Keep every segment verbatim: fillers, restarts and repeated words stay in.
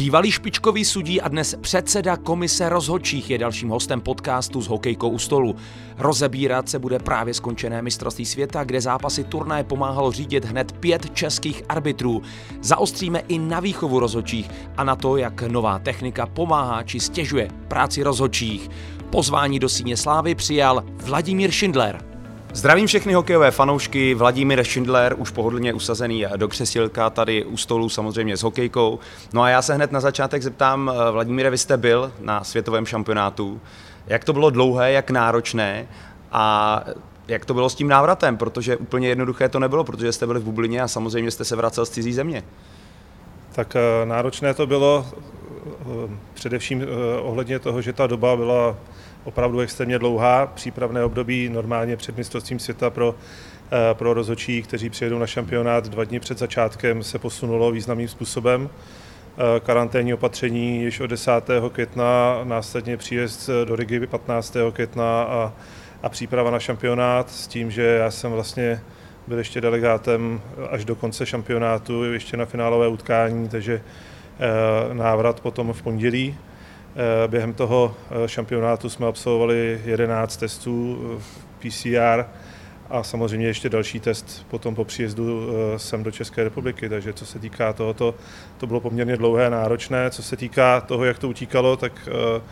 Bývalý špičkový sudí a dnes předseda komise rozhodčích je dalším hostem podcastu s hokejkou u stolu. Rozebírat se bude právě skončené mistrovství světa, kde zápasy turnaje pomáhalo řídit hned pět českých arbitrů. Zaostříme i na výchovu rozhodčích a na to, jak nová technika pomáhá či stěžuje práci rozhodčích. Pozvání do Síně slávy přijal Vladimír Šindler. Zdravím všechny hokejové fanoušky, Vladimír Šindler, už pohodlně usazený do křesílka tady u stolu, samozřejmě s hokejkou. No a já se hned na začátek zeptám, Vladimíre, vy jste byl na světovém šampionátu. Jak to bylo dlouhé, jak náročné a jak to bylo s tím návratem, protože úplně jednoduché to nebylo, protože jste byli v bublině a samozřejmě jste se vracel z cizí země. Tak náročné to bylo především ohledně toho, že ta doba byla opravdu extrémně dlouhá. Přípravné období normálně před mistrovstvím světa pro, pro rozhodčí, kteří přijedou na šampionát dva dny před začátkem, se posunulo významným způsobem. Karanténní opatření již od desátého května, následně příjezd do Rigy patnáctého května a, a příprava na šampionát s tím, že já jsem vlastně byl ještě delegátem až do konce šampionátu, ještě na finálové utkání, takže návrat potom v pondělí. Během toho šampionátu jsme absolvovali jedenáct testů P C R a samozřejmě ještě další test potom po příjezdu sem do České republiky, takže co se týká tohoto, to bylo poměrně dlouhé, náročné. Co se týká toho, jak to utíkalo, tak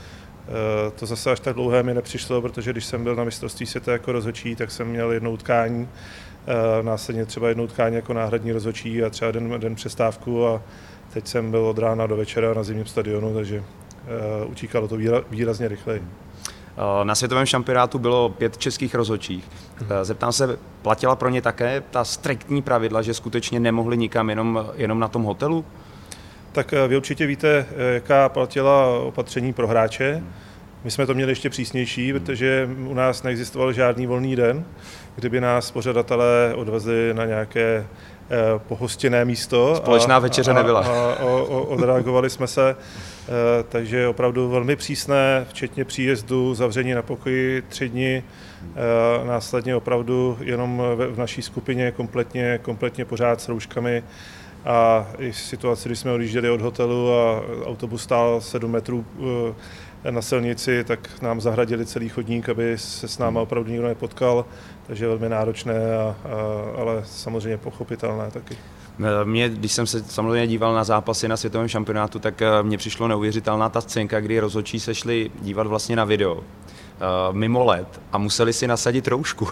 to zase až tak dlouhé mi nepřišlo, protože když jsem byl na mistrovství světa jako rozhodčí, tak jsem měl jedno utkání, následně třeba jedno utkání jako náhradní rozhodčí a třeba den, den přestávku a teď jsem byl od rána do večera na zimním stadionu, takže Uh, utíkalo to výrazně rychleji. Na světovém šampionátu bylo pět českých rozhodčích. Zeptám se, platila pro ně také ta striktní pravidla, že skutečně nemohli nikam jenom, jenom na tom hotelu? Tak vy určitě víte, jaká platila opatření pro hráče. My jsme to měli ještě přísnější, protože u nás neexistoval žádný volný den, kdyby nás pořadatelé odvezli na nějaké pohostinné místo. Společná a, večeře nebyla. A, a, a odreagovali jsme se, takže opravdu velmi přísné, včetně příjezdu, zavření na pokoji tři dny, následně opravdu jenom v naší skupině kompletně, kompletně pořád s rouškami. A i v situaci, kdy jsme odjížděli od hotelu a autobus stál sedm metrů na silnici, tak nám zahradili celý chodník, aby se s náma opravdu nikdo nepotkal, takže velmi náročné, a, a, ale samozřejmě pochopitelné taky. Mě, když jsem se samozřejmě díval na zápasy na světovém šampionátu, tak mně přišlo neuvěřitelná ta scénka, kdy rozhodčí se šli dívat vlastně na video uh, mimo let a museli si nasadit roušku.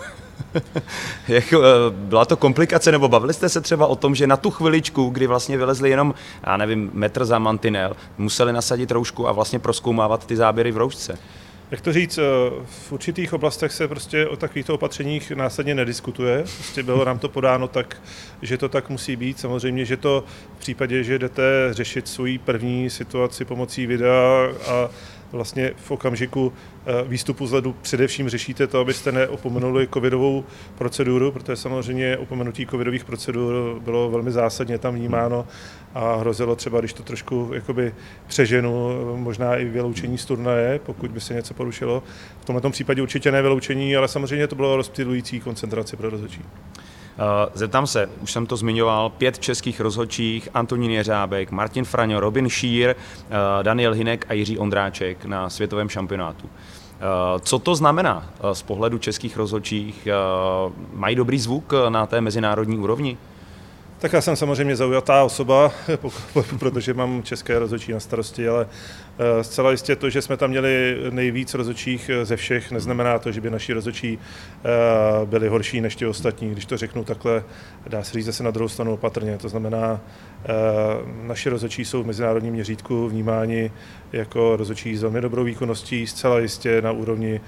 Jak, byla to komplikace, nebo bavili jste se třeba o tom, že na tu chviličku, kdy vlastně vylezli jenom, já nevím, metr za mantinel, museli nasadit roušku a vlastně prozkoumávat ty záběry v roušce? Jak to říct, v určitých oblastech se prostě o takovýchto opatřeních následně nediskutuje. Prostě bylo nám to podáno tak, že to tak musí být. Samozřejmě, že to v případě, že jdete řešit svoji první situaci pomocí videa a vlastně v okamžiku výstupu z ledu především řešíte to, abyste neopomenuli covidovou proceduru, protože samozřejmě opomenutí covidových procedur bylo velmi zásadně tam vnímáno a hrozilo třeba, když to trošku jakoby přeženu, možná i vyloučení z turnaje, pokud by se něco porušilo. V tomto případě určitě ne vyloučení, ale samozřejmě to bylo rozptylující koncentraci pro rozhodčí. Zeptám se, už jsem to zmiňoval, pět českých rozhodčích, Antonín Jeřábek, Martin Fraňo, Robin Šír, Daniel Hynek a Jiří Ondráček na světovém šampionátu. Co to znamená z pohledu českých rozhodčích? Mají dobrý zvuk na té mezinárodní úrovni? Tak já jsem samozřejmě zaujatá osoba, protože mám české rozhodčí na starosti, ale zcela jistě to, že jsme tam měli nejvíc rozhodčích ze všech, neznamená to, že by naši rozhodčí byli horší než ti ostatní. Když to řeknu takhle, dá se říct zase na druhou stranu opatrně. To znamená, naši rozhodčí jsou v mezinárodním měřítku vnímáni jako rozhodčí s velmi dobrou výkonností, zcela jistě na úrovni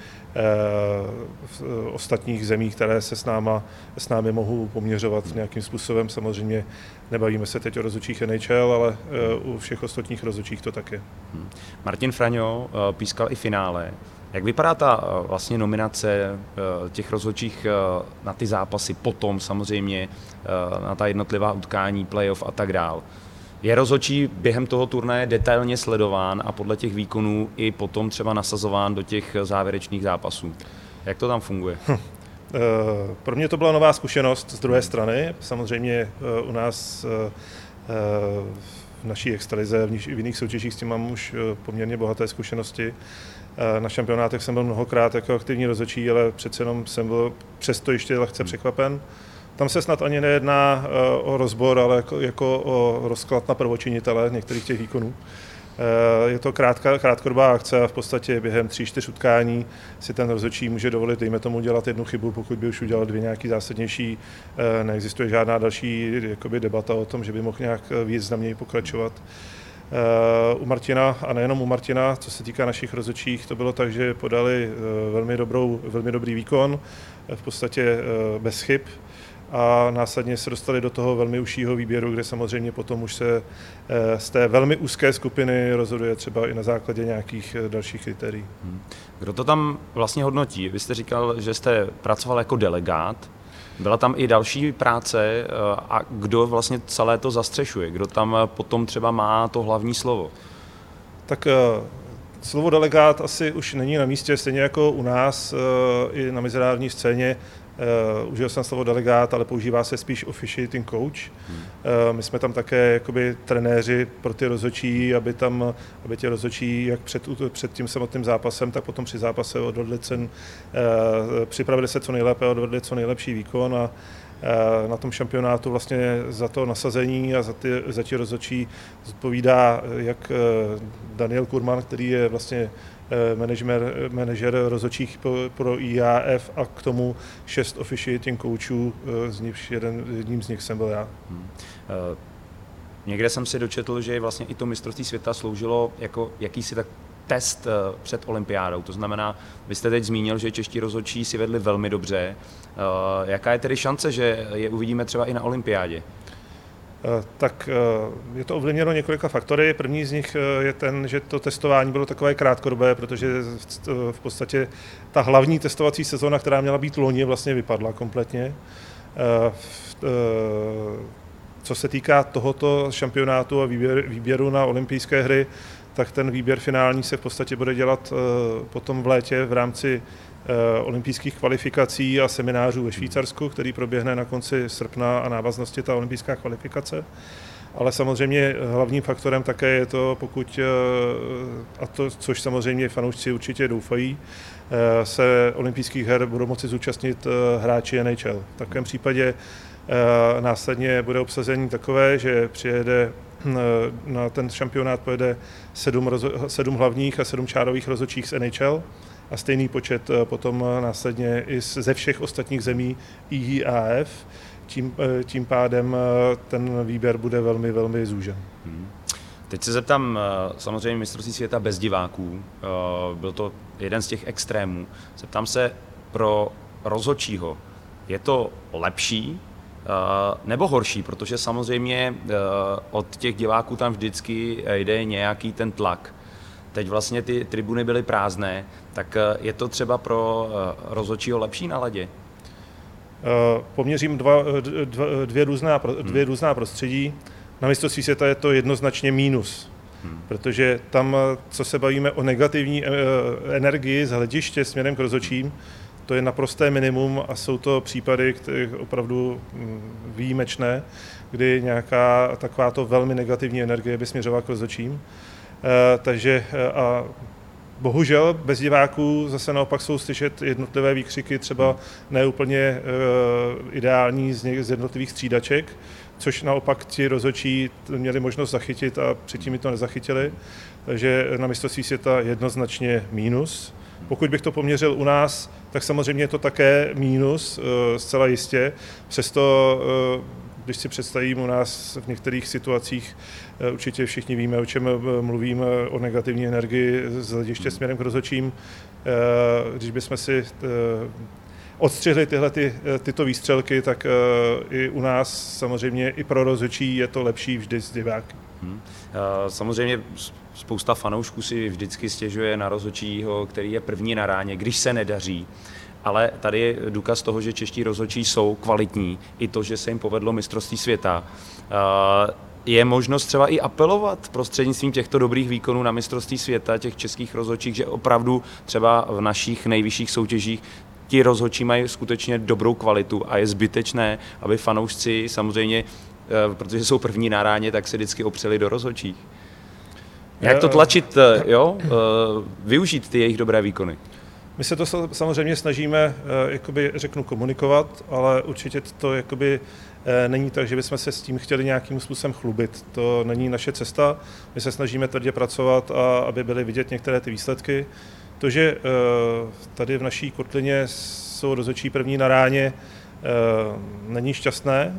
v ostatních zemí, které se s, náma, s námi mohou poměřovat nějakým způsobem. Samozřejmě nebavíme se teď o rozhodčích N H L, ale u všech ostatních rozhodčích to tak je. Martin Fraňo pískal i finále. Jak vypadá ta vlastně nominace těch rozhodčích na ty zápasy potom samozřejmě, na ta jednotlivá utkání, playoff a tak dál? Je rozhodčí během toho turnaje detailně sledován a podle těch výkonů i potom třeba nasazován do těch závěrečných zápasů? Jak to tam funguje? Hm. Pro mě to byla nová zkušenost z druhé strany. Samozřejmě u nás v naší extralize, v jiných soutěžích s tím mám už poměrně bohaté zkušenosti. Na šampionátech jsem byl mnohokrát jako aktivní rozhodčí, ale přece jenom jsem byl přesto ještě lehce překvapen. Tam se snad ani nejedná o rozbor, ale jako, jako o rozklad na prvočinitele některých těch výkonů. Je to krátká, krátkodobá akce a v podstatě během tří, čtyř utkání si ten rozhodčí může dovolit, dejme tomu, dělat jednu chybu, pokud by už udělal dvě nějaký zásadnější. Neexistuje žádná další jakoby, debata o tom, že by mohl nějak významněji pokračovat. U Martina, a nejenom u Martina, co se týká našich rozhodčích, to bylo tak, že podali velmi, dobrou, velmi dobrý výkon, v podstatě bez chyb. A následně se dostali do toho velmi užšího výběru, kde samozřejmě potom už se z té velmi úzké skupiny rozhoduje třeba i na základě nějakých dalších kritérií. Kdo to tam vlastně hodnotí? Vy jste říkal, že jste pracoval jako delegát. Byla tam i další práce a kdo vlastně celé to zastřešuje? Kdo tam potom třeba má to hlavní slovo? Tak slovo delegát asi už není na místě, stejně jako u nás i na mezinárodní scéně. Uh, užil jsem slovo delegát, ale používá se spíš officiating coach. Hmm. Uh, my jsme tam také jakoby trenéři pro ty rozhodčí, aby tam, aby ti rozhodčí jak před, před tím samotným zápasem, tak potom při zápase odvedli cen, uh, připravili se co nejlépe, odvedli co nejlepší výkon a uh, na tom šampionátu vlastně za to nasazení a za ty, za ti rozhodčí zodpovídá jak uh, Daniel Kurman, který je vlastně manažer, manažer rozhodčích pro I A F a k tomu šest officiating coachů, z nich jeden, jedním z nich jsem byl já. Hmm. Uh, někde jsem si dočetl, že vlastně i to mistrovství světa sloužilo jako jakýsi tak test uh, před olympiádou. To znamená, vy jste teď zmínil, že čeští rozhodčí si vedli velmi dobře. Uh, jaká je tedy šance, že je uvidíme třeba i na olympiádě? Tak je to ovlivněno několika faktory. První z nich je ten, že to testování bylo takové krátkodobé, protože v podstatě ta hlavní testovací sezóna, která měla být loni, vlastně vypadla kompletně. Co se týká tohoto šampionátu a výběru na olympijské hry, tak ten výběr finální se v podstatě bude dělat potom v létě v rámci olympijských kvalifikací a seminářů ve Švýcarsku, který proběhne na konci srpna a návaznosti ta olympijská kvalifikace. Ale samozřejmě hlavním faktorem také je to, pokud, a to, což samozřejmě fanoušci určitě doufají, se olympijských her budou moci zúčastnit hráči N H L. V takovém případě následně bude obsazení takové, že přijede na ten šampionát pojede sedm, sedm hlavních a sedm čárových rozhodčích z N H L a stejný počet potom následně i ze všech ostatních zemí I A F. Tím, tím pádem ten výběr bude velmi, velmi zúžen. Hmm. Teď se zeptám, samozřejmě mistrovství světa bez diváků, byl to jeden z těch extrémů. Zeptám se pro rozhodčího, je to lepší nebo horší, protože samozřejmě od těch diváků tam vždycky jde nějaký ten tlak. Teď vlastně ty tribuny byly prázdné, tak je to třeba pro rozhodčího lepší na ledě? Poměřím dva, dva, dvě, různá, dvě hmm. různá prostředí. Na mistrovství světa je to jednoznačně mínus, hmm. protože tam, co se bavíme o negativní energii z hlediště směrem k rozhodčím, to je naprosté minimum a jsou to případy, které opravdu výjimečné, kdy nějaká takováto velmi negativní energie by směřovala k rozhodčím. Takže a bohužel bez diváků zase naopak jsou slyšet jednotlivé výkřiky, třeba neúplně ideální z, něk, z jednotlivých střídaček, což naopak ti rozhodčí měli možnost zachytit a předtím mi to nezachytili. Takže na mistrovství světa jednoznačně mínus. Pokud bych to poměřil u nás, tak samozřejmě je to také mínus, zcela jistě. Přesto, když si představím u nás v některých situacích, určitě všichni víme, o čem mluvím, o negativní energii z hlediště směrem k rozhodčím. Když bychom si odstřihli tyhle ty, tyto výstřelky, tak i u nás samozřejmě i pro rozhodčí je to lepší vždy z diváky. Hmm. Samozřejmě spousta fanoušků si vždycky stěžuje na rozhodčího, který je první na ráně, když se nedaří. Ale tady je důkaz toho, že čeští rozhodčí jsou kvalitní, i to, že se jim povedlo mistrovství světa. Je možnost třeba i apelovat prostřednictvím těchto dobrých výkonů na mistrovství světa, těch českých rozhodčích, že opravdu třeba v našich nejvyšších soutěžích ti rozhodčí mají skutečně dobrou kvalitu a je zbytečné, aby fanoušci samozřejmě protože jsou první na ráně, tak se vždycky opřeli do rozhodčích. Jak to tlačit, jo? Využít ty jejich dobré výkony? My se to samozřejmě snažíme, jakoby řeknu, komunikovat, ale určitě to jakoby není tak, že bychom se s tím chtěli nějakým způsobem chlubit. To není naše cesta. My se snažíme tvrdě pracovat, a aby byly vidět některé ty výsledky. To, že tady v naší kotlině jsou rozhodčí první na ráně, není šťastné.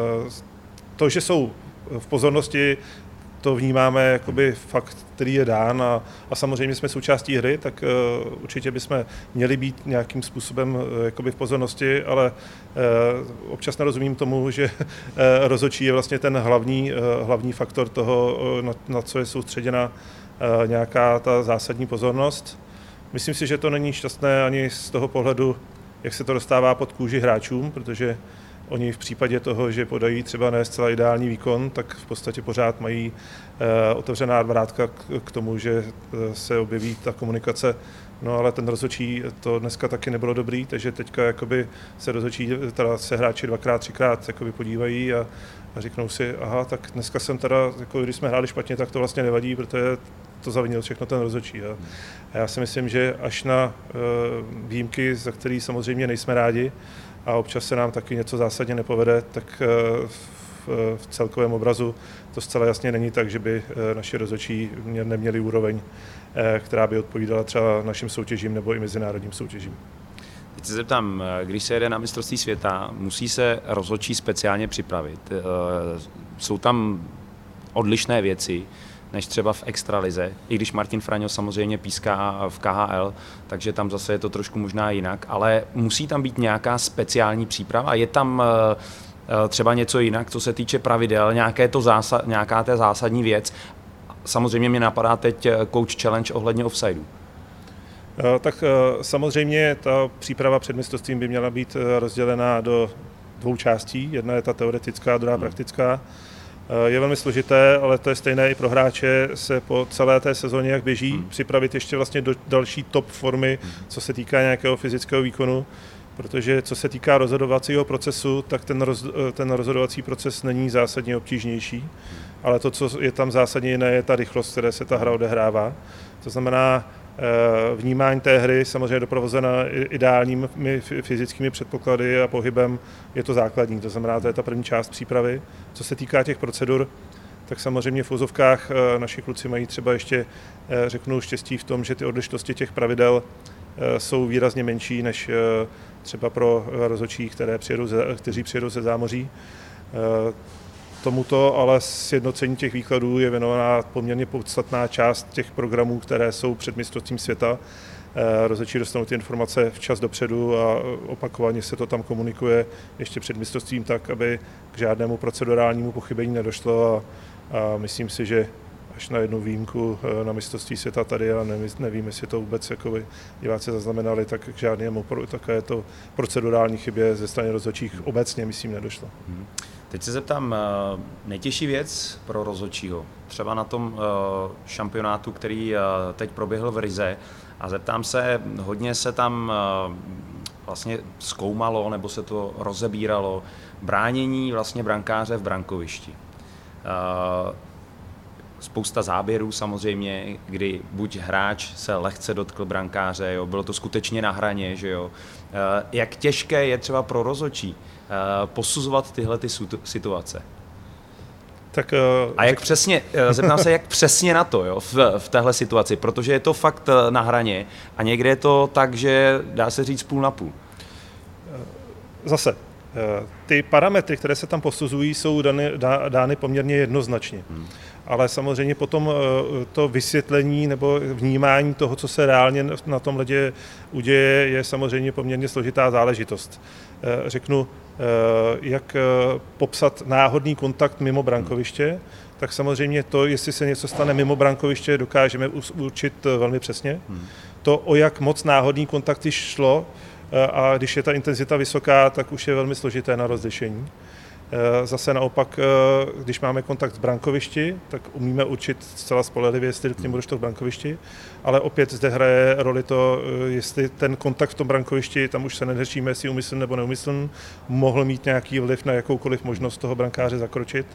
To, že jsou v pozornosti, to vnímáme jakoby fakt, který je dán a, a samozřejmě jsme součástí hry, tak uh, určitě bychom měli být nějakým způsobem uh, jakoby v pozornosti, ale uh, občas nerozumím tomu, že uh, rozhodčí je vlastně ten hlavní, uh, hlavní faktor toho, uh, na, na co je soustředěna uh, nějaká ta zásadní pozornost. Myslím si, že to není šťastné ani z toho pohledu, jak se to dostává pod kůži hráčům, protože oni v případě toho, že podají třeba ne zcela ideální výkon, tak v podstatě pořád mají e, otevřená vrátka k, k tomu, že se objeví ta komunikace. No ale ten rozhodčí, to dneska taky nebylo dobrý, takže teďka jakoby se rozhodčí, teda se hráči dvakrát, třikrát jakoby podívají a, a řeknou si, aha, tak dneska jsem teda, jako když jsme hráli špatně, tak to vlastně nevadí, protože to zavinil všechno ten rozhodčí. A já si myslím, že až na e, výjimky, za který samozřejmě nejsme rádi, a občas se nám taky něco zásadně nepovede, tak v, v celkovém obrazu to zcela jasně není tak, že by naši rozhodčí neměli úroveň, která by odpovídala třeba našim soutěžím nebo i mezinárodním soutěžím. Teď se zeptám, když se jede na mistrovství světa, musí se rozhodčí speciálně připravit. Jsou tam odlišné věci než třeba v extralize, i když Martin Fraňo samozřejmě píská v K H L, takže tam zase je to trošku možná jinak, ale musí tam být nějaká speciální příprava, je tam třeba něco jinak, co se týče pravidel, nějaké to zásad, nějaká ta zásadní věc. Samozřejmě mě napadá teď coach challenge ohledně offsideu. Tak samozřejmě ta příprava před mistrovstvím by měla být rozdělena do dvou částí, jedna je ta teoretická, druhá hmm. praktická. Je velmi složité, ale to je stejné i pro hráče se po celé té sezóně, jak běží, hmm. připravit ještě vlastně do další top formy, co se týká nějakého fyzického výkonu, protože co se týká rozhodovacího procesu, tak ten, roz, ten rozhodovací proces není zásadně obtížnější, ale to, co je tam zásadně jiné, je ta rychlost, které se ta hra odehrává. To znamená, vnímání té hry samozřejmě doprovozena ideálními fyzickými předpoklady a pohybem je to základní, to znamená, to je ta první část přípravy. Co se týká těch procedur, tak samozřejmě v úzovkách naši kluci mají třeba ještě, řeknu, štěstí v tom, že ty odlišnosti těch pravidel jsou výrazně menší než třeba pro rozhodčí, které přijedou ze, kteří přijedou ze zámoří. Tomuto ale sjednocení těch výkladů je věnovaná poměrně podstatná část těch programů, které jsou před mistrovstvím světa. Rozhodčí dostanou ty informace včas dopředu a opakovaně se to tam komunikuje ještě před mistrovstvím tak, aby k žádnému procedurálnímu pochybení nedošlo a, a myslím si, že až na jednu výjimku na mistrovství světa tady, a nevím, jestli to vůbec jakoby diváci zaznamenali, tak k žádnému také to procedurální chybě ze strany rozhodčích obecně, myslím, nedošlo. Hmm. Teď se zeptám, nejtěžší věc pro rozhodčího, třeba na tom šampionátu, který teď proběhl v Rize, a zeptám se, hodně se tam vlastně zkoumalo, nebo se to rozebíralo, bránění vlastně brankáře v brankovišti. Spousta záběrů samozřejmě, kdy buď hráč se lehce dotkl brankáře, jo, bylo to skutečně na hraně, že jo. Jak těžké je třeba pro rozhodčí posuzovat tyhle ty situace? Tak, a jak přesně, zeptám se, jak přesně na to, jo, v, v téhle situaci, protože je to fakt na hraně a někde je to tak, že dá se říct půl na půl. Zase, ty parametry, které se tam posuzují, jsou dány, dány poměrně jednoznačně. Hmm. Ale samozřejmě potom to vysvětlení nebo vnímání toho, co se reálně na tom ledě uděje, je samozřejmě poměrně složitá záležitost. Řeknu, jak popsat náhodný kontakt mimo brankoviště, tak samozřejmě to, jestli se něco stane mimo brankoviště, dokážeme určit velmi přesně. To, o jak moc náhodný kontakt již šlo, a když je ta intenzita vysoká, tak už je velmi složité na rozlišení. Zase naopak, když máme kontakt s brankovišti, tak umíme určit zcela spolehlivě, jestli k němu došlo v brankovišti, ale opět zde hraje roli to, jestli ten kontakt v tom brankovišti, tam už se neřešíme, jestli úmyslný nebo neúmyslný, mohl mít nějaký vliv na jakoukoliv možnost toho brankáře zakročit.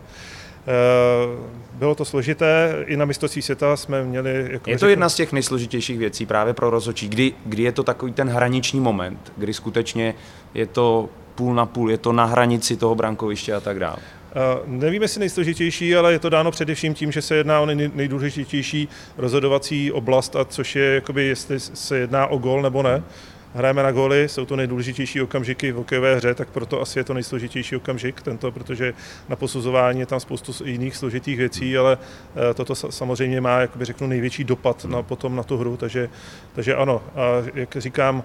Bylo to složité, i na mistrovství světa jsme měli... Jako je to jedna z těch nejsložitějších věcí právě pro rozhodčí, kdy, kdy je to takový ten hraniční moment, kdy skutečně je to půl na půl, je to na hranici toho brankoviště a tak dále. Uh, nevím, jestli nejsložitější, ale je to dáno především tím, že se jedná o nej, nejdůležitější rozhodovací oblast, a což je, jakoby, jestli se jedná o gól nebo ne. Hrajeme na góly, jsou to nejdůležitější okamžiky v hokejové hře, tak proto asi je to nejsložitější okamžik tento, protože na posuzování je tam spoustu jiných složitých věcí, ale toto samozřejmě má, jakoby řeknu, největší dopad na, potom na tu hru, takže, takže ano, a jak říkám,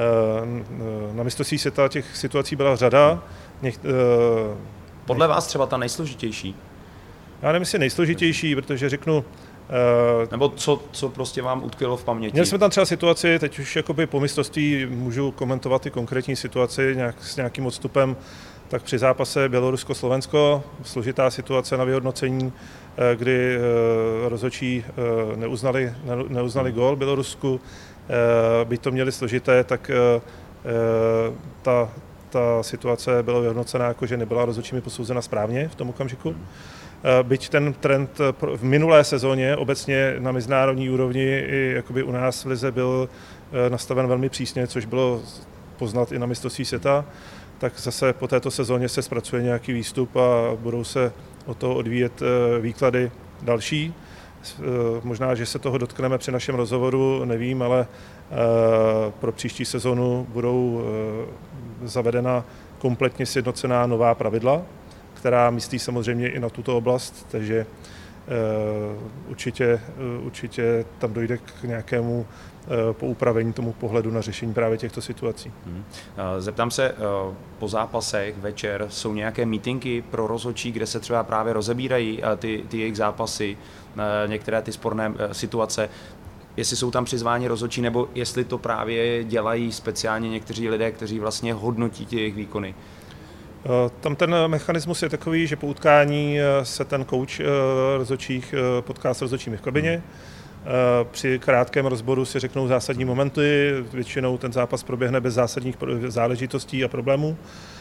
na mistrovství světa těch situací byla řada. Něk, Podle vás třeba ta nejsložitější? Já nevím, jestli nejsložitější, protože řeknu, nebo co, co prostě vám utkvělo v paměti? Měli jsme tam třeba situaci, teď už jakoby po mistrovství můžu komentovat ty konkrétní situaci nějak, s nějakým odstupem, tak při zápase Bělorusko-Slovensko, složitá situace na vyhodnocení, kdy rozhodčí neuznali, neuznali gól Bělorusku, byť to měli složité, tak ta, ta situace byla vyhodnocena jako, že nebyla rozhodčími posouzena správně v tom okamžiku. Byť ten trend v minulé sezóně obecně na mezinárodní úrovni i jakoby u nás v lize byl nastaven velmi přísně, což bylo poznat i na mistrovství světa, tak zase po této sezóně se zpracuje nějaký výstup a budou se od toho odvíjet výklady další. Možná, že se toho dotkneme při našem rozhovoru, nevím, ale pro příští sezónu budou zavedena kompletně sjednocená nová pravidla, která myslí samozřejmě i na tuto oblast, takže určitě, určitě tam dojde k nějakému poupravení tomu pohledu na řešení právě těchto situací. Zeptám se, po zápasech večer jsou nějaké meetingy pro rozhodčí, kde se třeba právě rozebírají ty, ty jejich zápasy, některé ty sporné situace, jestli jsou tam přizváni rozhodčí, nebo jestli to právě dělají speciálně někteří lidé, kteří vlastně hodnotí ty jejich výkony? Tam ten mechanismus je takový, že po utkání se ten kouč rozhodčích potká s rozhodčími v kabině. Při krátkém rozboru si řeknou zásadní momenty, většinou ten zápas proběhne bez zásadních záležitostí a problémů.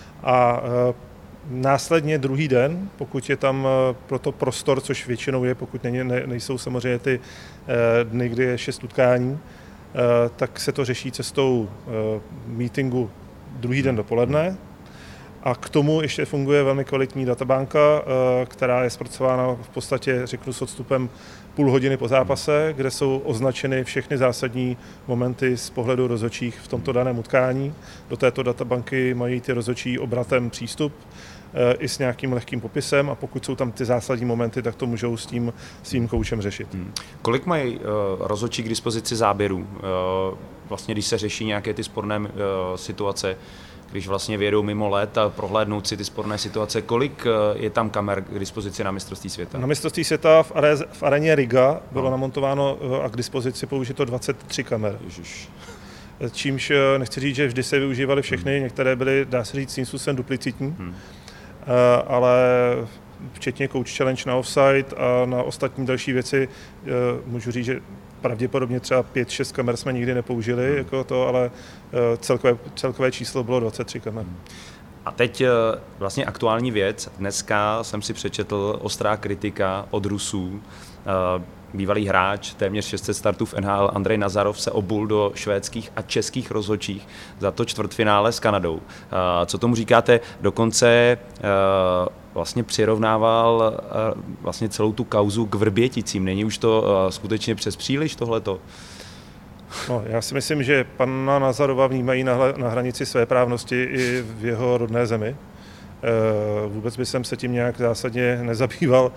A následně druhý den, pokud je tam pro to prostor, což většinou je, pokud ne, nejsou samozřejmě ty dny, kdy je šest utkání, tak se to řeší cestou meetingu druhý den dopoledne. A k tomu ještě funguje velmi kvalitní databanka, která je zpracována v podstatě, řeknu s odstupem půl hodiny po zápase, kde jsou označeny všechny zásadní momenty z pohledu rozhodčích v tomto daném utkání. Do této databanky mají ty rozhodčí obratem přístup i s nějakým lehkým popisem, a pokud jsou tam ty zásadní momenty, tak to můžou s tím svým koučem řešit. Hmm. Kolik mají uh, rozhodčí k dispozici záběrů, uh, vlastně když se řeší nějaké ty sporné uh, situace, když vlastně vědou mimo let a prohlédnout si ty sporné situace, kolik je tam kamer k dispozici na mistrovství světa? Na mistrovství světa v, are, v aréně Riga bylo no. namontováno a k dispozici použito dvacet tři kamer. Ježiš. Čímž nechci říct, že vždy se využívaly všechny, hmm. některé byly, dá se říct, tím způsobem duplicitní, hmm. ale včetně Coach Challenge na offside a na ostatní další věci, můžu říct, že pravděpodobně třeba pět šest kamer jsme nikdy nepoužili, hmm. jako to, ale celkové, celkové číslo bylo dvacet tři kamer. Hmm. A teď vlastně aktuální věc. Dneska jsem si přečetl ostrá kritika od Rusů. Bývalý hráč, téměř šest set startů v N H L Andrej Nazarov se obul do švédských a českých rozhodčích za to čtvrtfinále s Kanadou. Co tomu říkáte? Dokonce vlastně přirovnával vlastně celou tu kauzu k Vrběticím. Není už to skutečně přes příliš tohleto? No, já si myslím, že pana Nazarova vnímají na, na hranici svéprávnosti i v jeho rodné zemi. Vůbec by jsem se tím nějak zásadně nezabýval.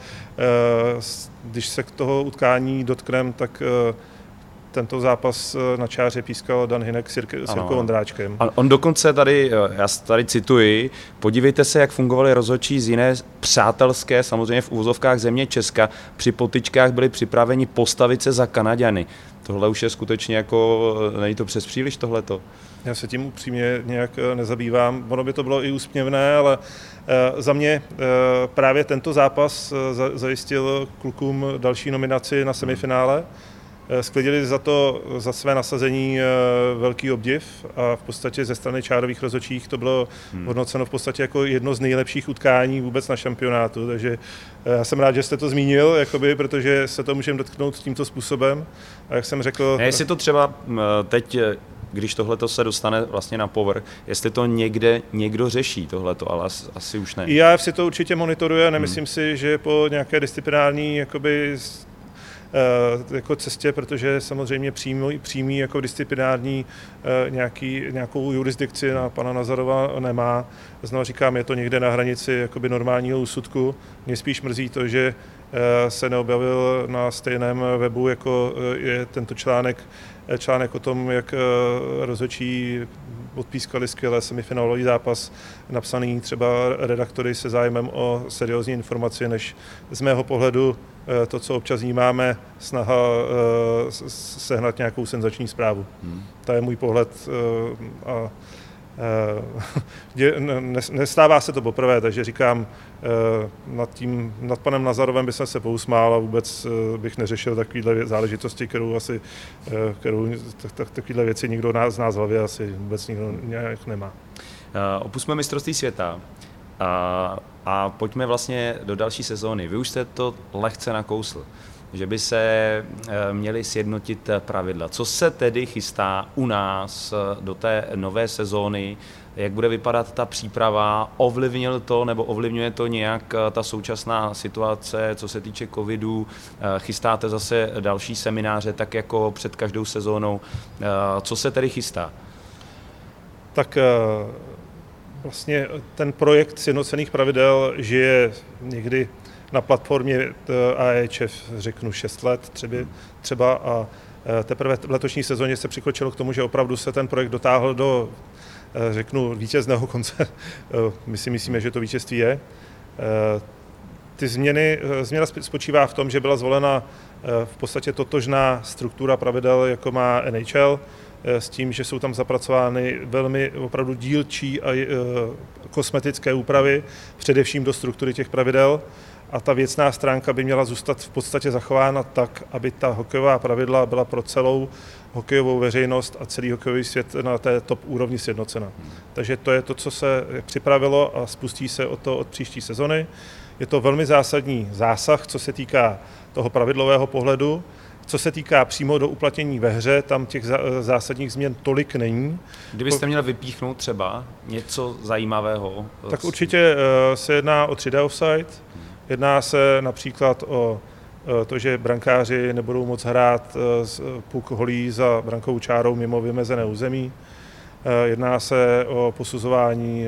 Když se k toho utkání dotknem, tak tento zápas na čáře pískal Dan Hynek s Jirkou Vondráčkem. A on dokonce tady, já tady cituji, podívejte se, jak fungovali rozhodčí z jiné přátelské, samozřejmě v úvozovkách země Česka, při potyčkách byli připraveni postavit se za Kanaďany. Tohle už je skutečně jako, není to přes příliš tohleto? Já se tím upřímně nějak nezabývám. Ono by to bylo i úsměvné, ale za mě právě tento zápas zajistil klukům další nominaci na semifinále. Sklidili za to, za své nasazení velký obdiv a v podstatě ze strany čárových rozhodčích to bylo hmm. hodnoceno v podstatě jako jedno z nejlepších utkání vůbec na šampionátu, takže já jsem rád, že jste to zmínil, jakoby, protože se to můžeme dotknout tímto způsobem. A jak jsem řekl... A jestli to třeba teď, když tohleto se dostane vlastně na povrch, jestli to někde někdo řeší tohleto, ale asi, asi už ne. I já si to určitě monitoruje, nemyslím hmm. si, že po nějaké disciplinární jakoby jako cestě, protože samozřejmě přímý, přímý jako disciplinární nějaký, nějakou jurisdikci na pana Nazarova nemá. Znovu říkám, je to někde na hranici jakoby normálního úsudku. Mě spíš mrzí to, že se neobjevil na stejném webu, jako je tento článek, článek o tom, jak rozhodčí odpískali skvělé semifinálový zápas, napsaný třeba redaktory se zájmem o seriózní informaci, než z mého pohledu to, co občas vnímáme, snaha sehnat nějakou senzační zprávu. Hmm. To je můj pohled a nestává se to poprvé, takže říkám, nad, tím, nad panem Nazarovem bych se pousmál a vůbec bych neřešil takovéhle záležitosti, kterou asi, kterou, tak, takovéhle věci nikdo z nás v hlavě asi vůbec nikdo nějak nemá. Opusťme mistrovství světa a, a pojďme vlastně do další sezóny. Vy už jste to lehce nakousl, že by se měly sjednotit pravidla. Co se tedy chystá u nás do té nové sezóny? Jak bude vypadat ta příprava? Ovlivnil to nebo ovlivňuje to nějak ta současná situace, co se týče covidu? Chystáte zase další semináře, tak jako před každou sezónou? Co se tedy chystá? Tak vlastně ten projekt sjednocených pravidel žije někdy na platformě A E H F, řeknu, šest let třeba, třeba a teprve v letošní sezóně se přikročilo k tomu, že opravdu se ten projekt dotáhl do, řeknu, vítězného konce. My si myslíme, že to vítězství je. Ty změny, změna spočívá v tom, že byla zvolena v podstatě totožná struktura pravidel, jako má N H L, s tím, že jsou tam zapracovány velmi opravdu dílčí a kosmetické úpravy, především do struktury těch pravidel. A ta věcná stránka by měla zůstat v podstatě zachována tak, aby ta hokejová pravidla byla pro celou hokejovou veřejnost a celý hokejový svět na té top úrovni sjednocena. Takže to je to, co se připravilo a spustí se o to od příští sezony. Je to velmi zásadní zásah, co se týká toho pravidlového pohledu. Co se týká přímo do uplatnění ve hře, tam těch zásadních změn tolik není. Kdybyste měl vypíchnout třeba něco zajímavého? Tak určitě se jedná o tři dé offside. Jedná se například o to, že brankáři nebudou moct hrát puk holí za brankovou čárou mimo vymezené území. Jedná se o posuzování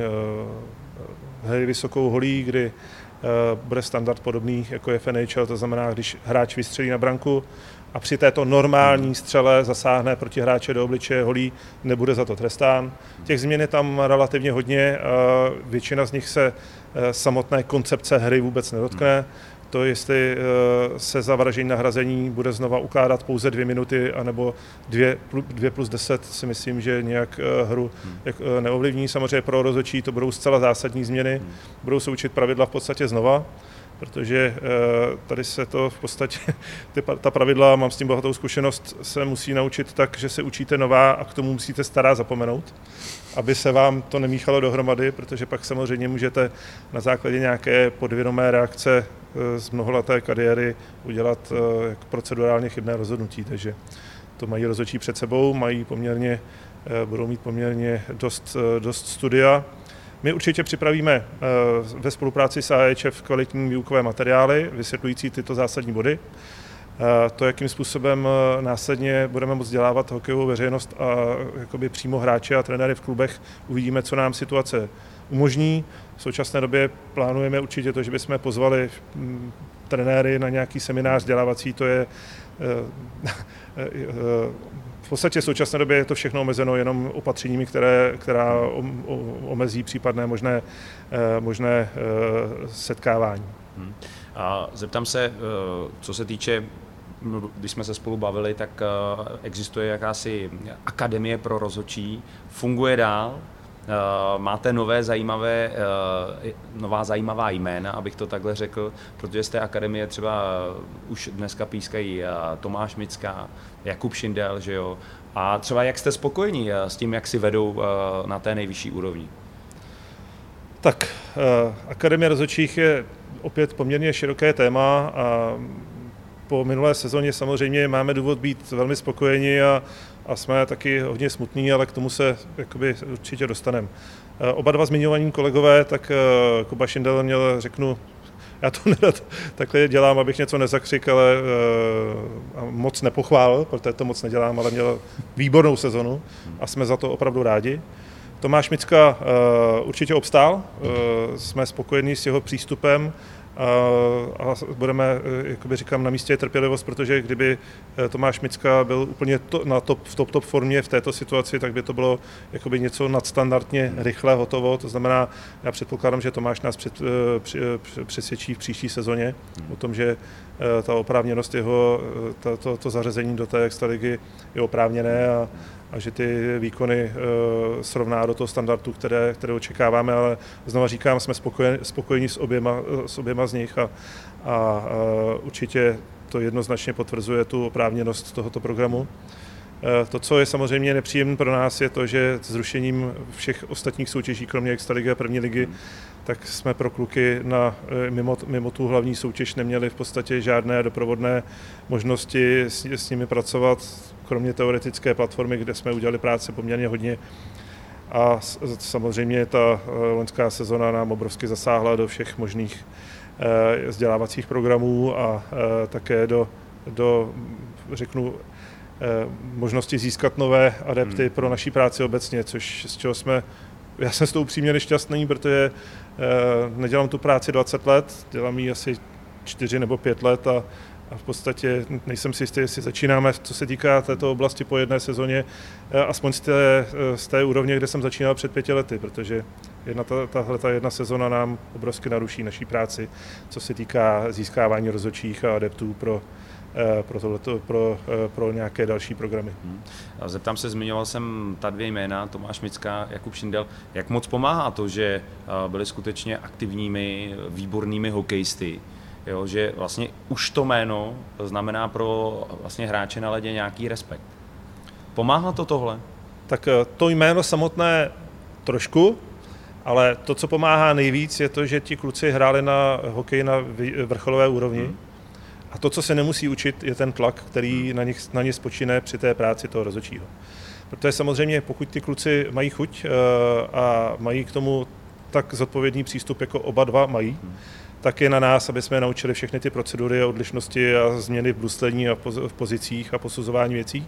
hry vysokou holí, kdy bude standard podobný, jako je v N H L, to znamená, když hráč vystřelí na branku a při této normální střele zasáhne proti hráče do obličeje holí, nebude za to trestán. Těch změn je tam relativně hodně, většina z nich se samotné koncepce hry vůbec nedotkne. To, jestli se za vražení nahrazení bude znova ukládat pouze dvě minuty, anebo dvě, dvě plus deset, si myslím, že nějak hru neovlivní. Samozřejmě pro rozhodčí to budou zcela zásadní změny, budou se učit pravidla v podstatě znova, protože tady se to v podstatě, ty, ta pravidla, mám s tím bohatou zkušenost, se musí naučit tak, že se učíte nová a k tomu musíte stará zapomenout, aby se vám to nemíchalo dohromady, protože pak samozřejmě můžete na základě nějaké podvědomé reakce z mnohaleté kariéry udělat jako procedurálně chybné rozhodnutí, takže to mají rozhodčí před sebou, mají poměrně, budou mít poměrně dost, dost studia. My určitě připravíme ve spolupráci s A H F kvalitní výukové materiály, vysvětlující tyto zásadní body. To, jakým způsobem následně budeme moct vzdělávat hokejovou veřejnost a jakoby přímo hráče a trenéry v klubech, uvidíme, co nám situace umožní. V současné době plánujeme určitě to, že bychom pozvali trenéry na nějaký seminář vzdělávací, to je v podstatě v současné době je to všechno omezeno jenom opatřeními, které, která omezí případné možné, možné setkávání. Hmm. A zeptám se, co se týče když jsme se spolu bavili, tak existuje jakási akademie pro rozhodčí, funguje dál, máte nové zajímavé, nová zajímavá jména, abych to takhle řekl, protože z té akademie třeba už dneska pískají Tomáš Micka, Jakub Šindel, že jo? A třeba jak jste spokojení s tím, jak si vedou na té nejvyšší úrovni? Tak, Akademie rozhodčích je opět poměrně široké téma a po minulé sezóně samozřejmě máme důvod být velmi spokojeni a, a jsme taky hodně smutní, ale k tomu se jakoby určitě dostaneme. Oba dva zmiňovaní kolegové, tak Kuba Šindel měl, řeknu, já to nerad takhle dělám, abych něco nezakřik, ale uh, moc nepochválil, protože to moc nedělám, ale měl výbornou sezonu a jsme za to opravdu rádi. Tomáš Micka uh, určitě obstál, uh, jsme spokojení s jeho přístupem uh, a budeme, uh, jakoby říkám, na místě je trpělivost, protože kdyby uh, Tomáš Micka byl úplně to, na top, v top, top formě v této situaci, tak by to bylo jakoby něco nadstandardně rychle hotovo. To znamená, já předpokládám, že Tomáš nás před, uh, při, uh, přesvědčí v příští sezóně o tom, že uh, ta oprávněnost jeho, uh, to, to, to zařazení do té extraligy je oprávněné a a že ty výkony uh, srovná do toho standardu, které, které očekáváme, ale znova říkám, jsme spokojeni, spokojeni s, oběma, s oběma z nich a, a uh, určitě to jednoznačně potvrzuje tu oprávněnost tohoto programu. Uh, to, co je samozřejmě nepříjemné pro nás, je to, že zrušením všech ostatních soutěží, kromě extraligy a první ligy, tak jsme pro kluky na, mimo, mimo tu hlavní soutěž neměli v podstatě žádné doprovodné možnosti s, s nimi pracovat, kromě teoretické platformy, kde jsme udělali práce poměrně hodně. A samozřejmě ta loňská sezona nám obrovsky zasáhla do všech možných eh, vzdělávacích programů a eh, také do, do řeknu, eh, možnosti získat nové adepty hmm. pro naší práci obecně, což z čeho jsme, já jsem s tou upřímně nešťastný, protože eh, nedělám tu práci dvacet let, dělám ji asi čtyři nebo pět let a A v podstatě nejsem si jistý, jestli začínáme, co se týká této oblasti po jedné sezóně, aspoň z té, z té úrovně, kde jsem začínal před pěti lety, protože jedna, tahle ta jedna sezóna nám obrovsky naruší naší práci, co se týká získávání rozhodčích a adeptů pro, pro, tohleto, pro, pro nějaké další programy. Hmm. Zeptám se, zmiňoval jsem ta dvě jména, Tomáš Micka, Jakub Šindel. Jak moc pomáhá to, že byli skutečně aktivními, výbornými hokejisty? Jo, že vlastně už to jméno znamená pro vlastně hráče na ledě nějaký respekt. Pomáhá to tohle? Tak to jméno samotné trošku, ale to, co pomáhá nejvíc, je to, že ti kluci hráli na hokej na vrcholové úrovni. Hmm. A to, co se nemusí učit, je ten tlak, který na nich, na ně spočíne při té práci toho rozhodčího. Protože samozřejmě, pokud ty kluci mají chuť a mají k tomu tak zodpovědný přístup, jako oba dva mají, hmm. tak je na nás, aby jsme naučili všechny ty procedury a odlišnosti a změny v bruslení a v pozicích a posuzování věcí.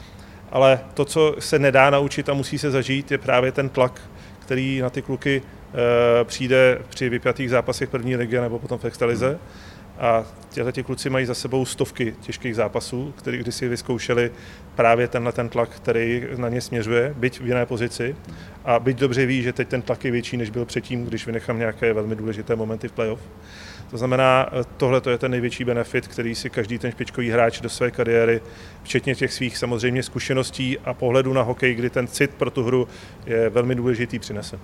Ale to, co se nedá naučit a musí se zažít, je právě ten tlak, který na ty kluky e, přijde při vypjatých zápasech první ligy nebo potom v extralize. A těhle kluci mají za sebou stovky těžkých zápasů, který když si vyzkoušeli právě tenhle ten tlak, který na ně směřuje, byť v jiné pozici. A byť dobře ví, že teď ten tlak je větší, než byl předtím, když vynechám nějaké velmi důležité momenty v playoff. To znamená, tohle je ten největší benefit, který si každý ten špičkový hráč do své kariéry, včetně těch svých samozřejmě zkušeností a pohledu na hokej, kdy ten cit pro tu hru je velmi důležitý, přinese.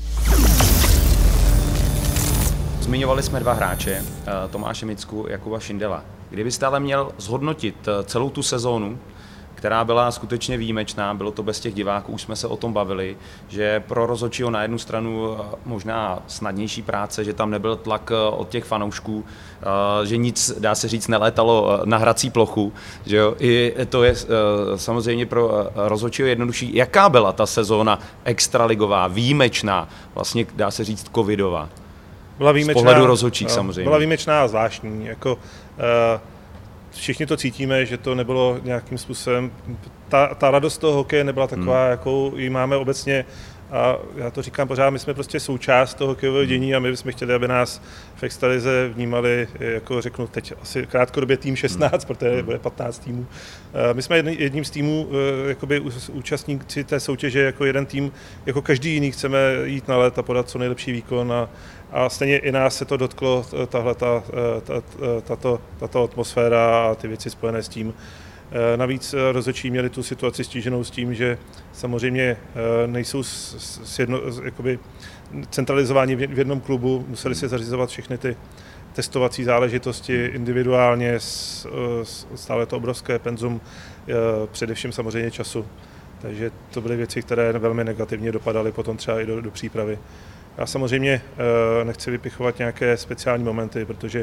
Zmiňovali jsme dva hráče, Tomáše Micku, Jakuba Šindela. Kdybyste ale měl zhodnotit celou tu sezónu, která byla skutečně výjimečná, bylo to bez těch diváků, už jsme se o tom bavili, že pro rozhodčího na jednu stranu možná snadnější práce, že tam nebyl tlak od těch fanoušků, že nic, dá se říct, nelétalo na hrací plochu, že jo? I to je samozřejmě pro rozhodčího jednodušší. Jaká byla ta sezóna extraligová, výjimečná, vlastně dá se říct covidová? Byla výjimečná, z pohledu rozhodčích samozřejmě. Byla výjimečná a zvláštní. Jako, uh, všichni to cítíme, že to nebylo nějakým způsobem, ta, ta radost toho hokeje nebyla taková, hmm. jakou ji máme obecně a já to říkám pořád, my jsme prostě součást toho hokejového dění a my bychom chtěli, aby nás v extralize vnímali, jako řeknu teď asi krátkodobě tým šestnáct, protože bude patnáct týmů. My jsme jedním z týmů, jakoby účastníci té soutěže jako jeden tým, jako každý jiný chceme jít na let a podat co nejlepší výkon a, a stejně i nás se to dotklo, tahle ta, ta, tato, tato atmosféra a ty věci spojené s tím. Navíc rozhodčí měli tu situaci stíženou s tím, že samozřejmě nejsou sjedno, jakoby centralizováni v jednom klubu, museli si zařizovat všechny ty testovací záležitosti individuálně, stále to obrovské penzum, především samozřejmě času. Takže to byly věci, které velmi negativně dopadaly potom třeba i do, do přípravy. Já samozřejmě nechci vypichovat nějaké speciální momenty, protože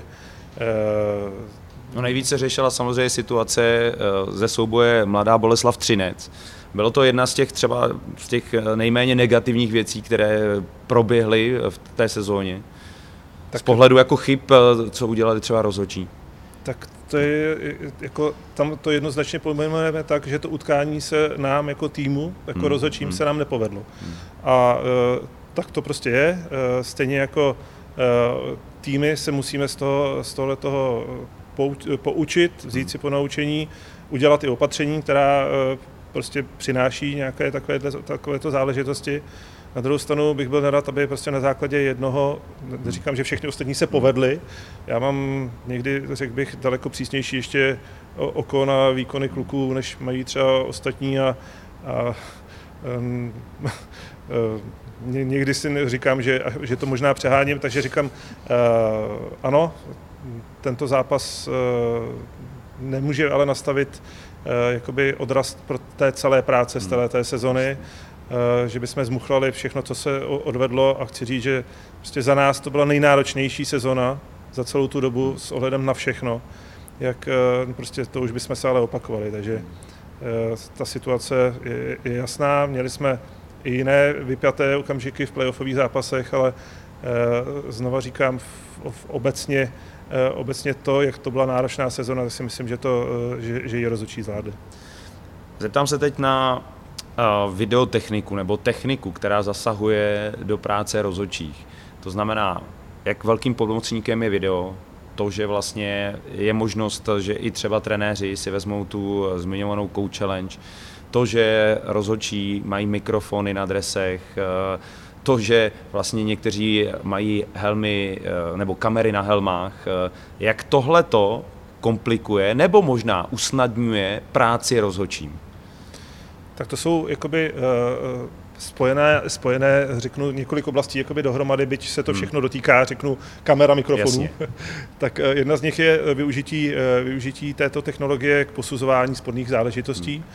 No nejvíce řešila samozřejmě situace ze souboje Mladá Boleslav Třinec. Bylo to jedna z těch třeba z těch nejméně negativních věcí, které proběhly v té sezóně. Tak z pohledu jako chyb, co udělali třeba rozhodčí. Tak to je, jako, tam to jednoznačně pojmenujeme tak, že to utkání se nám jako týmu, jako hmm. rozhodčím hmm. se nám nepovedlo. Hmm. A e, tak to prostě je. E, stejně jako e, týmy se musíme z toho, z tohle toho poučit, vzít si po naučení, udělat i opatření, která prostě přináší nějaké takovéto, takovéto záležitosti. Na druhou stranu bych byl nerad, aby prostě na základě jednoho, neříkám, že všechny ostatní se povedly. Já mám někdy, řekl bych, daleko přísnější ještě oko na výkony kluků, než mají třeba ostatní a, a um, někdy si říkám, že, že to možná přeháním, takže říkám, uh, ano, tento zápas uh, nemůže ale nastavit uh, jakoby odraz pro té celé práce z celé té sezony, uh, že bychom zmuchlali všechno, co se odvedlo a chci říct, že prostě za nás to byla nejnáročnější sezona za celou tu dobu s ohledem na všechno, jak uh, prostě to už bychom se ale opakovali, takže uh, ta situace je, je jasná, měli jsme i jiné vypjaté okamžiky v playoffových zápasech, ale uh, znova říkám v, v obecně Obecně to, jak to byla náročná sezona, tak si myslím, že, to, že, že ji rozhodčí zvládli. Zeptám se teď na uh, videotechniku nebo techniku, která zasahuje do práce rozhodčích. To znamená, jak velkým pomocníkem je video, to, že vlastně je možnost, že i třeba trenéři si vezmou tu zmiňovanou coach challenge, to, že rozhodčí mají mikrofony na dresech, uh, to, že vlastně někteří mají helmy nebo kamery na helmách, jak tohleto komplikuje nebo možná usnadňuje práci rozhodčím? Tak to jsou jakoby uh, spojené, spojené, řeknu, několik oblastí jakoby dohromady, byť se to všechno dotýká, řeknu, kamera, mikrofonů. Tak uh, jedna z nich je využití, uh, využití této technologie k posuzování sporných záležitostí. Hmm.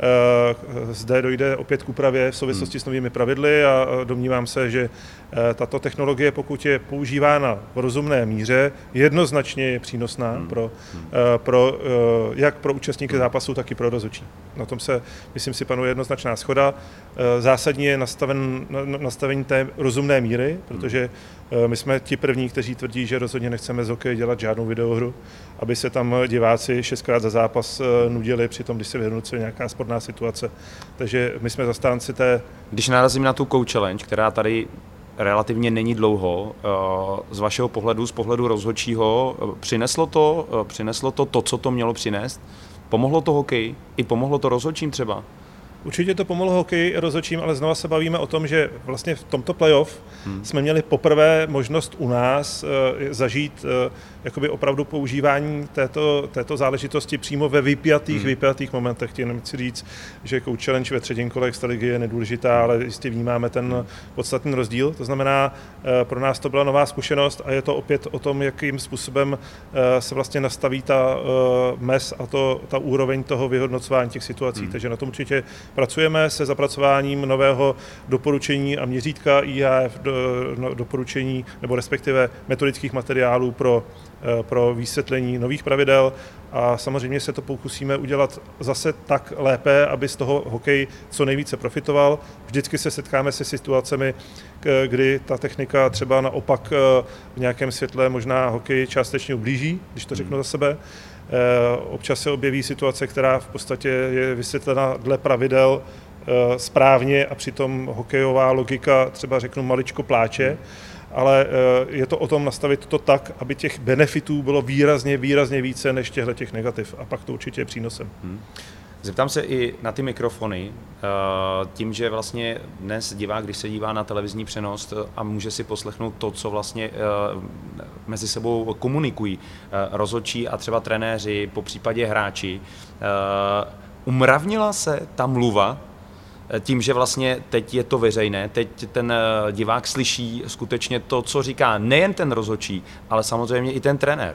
Zde dojde opět k úpravě v souvislosti s novými pravidly a domnívám se, že tato technologie, pokud je používána v rozumné míře, jednoznačně je přínosná hmm. pro, pro, jak pro účastníky zápasu, tak i pro rozhodčí. Na tom se, myslím si, panuje jednoznačná shoda. Zásadní je nastaven, nastavení té rozumné míry, protože my jsme ti první, kteří tvrdí, že rozhodně nechceme z hokeje dělat žádnou videohru, aby se tam diváci šestkrát za zápas nudili při tom, když se vyhodnocuje nějaká sporná situace. Takže my jsme zastánci té... Když narazím na tu coach challenge, která tady relativně není dlouho, z vašeho pohledu, z pohledu rozhodčího, přineslo to, přineslo to to, co to mělo přinést? Pomohlo to hokeji? I pomohlo to rozhodčím třeba? Určitě to pomohlo hokeji rozhodčím, ale znova se bavíme o tom, že vlastně v tomto playoff hmm. jsme měli poprvé možnost u nás uh, zažít uh, jakoby opravdu používání této, této záležitosti přímo ve vypjatých, hmm. vypjatých momentech. Jenom chci říct, že coach challenge ve třetím kole extraligy je nedůležitá, ale jistě vnímáme ten hmm. podstatný rozdíl. To znamená, uh, pro nás to byla nová zkušenost a je to opět o tom, jakým způsobem uh, se vlastně nastaví ta uh, mez a to, ta úroveň toho vyhodnocování těch situací. Hmm. Takže na tom určitě pracujeme se zapracováním nového doporučení a měřítka I H F, do, no, doporučení nebo respektive metodických materiálů pro, pro vysvětlení nových pravidel a samozřejmě se to pokusíme udělat zase tak lépe, aby z toho hokej co nejvíce profitoval. Vždycky se setkáme se situacemi, kdy ta technika třeba naopak v nějakém světle možná hokej částečně ublíží, když to řeknu za sebe. Občas se objeví situace, která v podstatě je vysvětlena dle pravidel správně a přitom hokejová logika třeba řeknu maličko pláče, ale je to o tom nastavit to tak, aby těch benefitů bylo výrazně, výrazně více než těchto těch negativ a pak to určitě je přínosem. Hmm. Zeptám se i na ty mikrofony. Tím, že vlastně dnes divák, když se dívá na televizní přenos a může si poslechnout to, co vlastně mezi sebou komunikují rozhodčí a třeba trenéři, po případě hráči, umravnila se ta mluva tím, že vlastně teď je to veřejné, teď ten divák slyší skutečně to, co říká nejen ten rozhodčí, ale samozřejmě i ten trenér?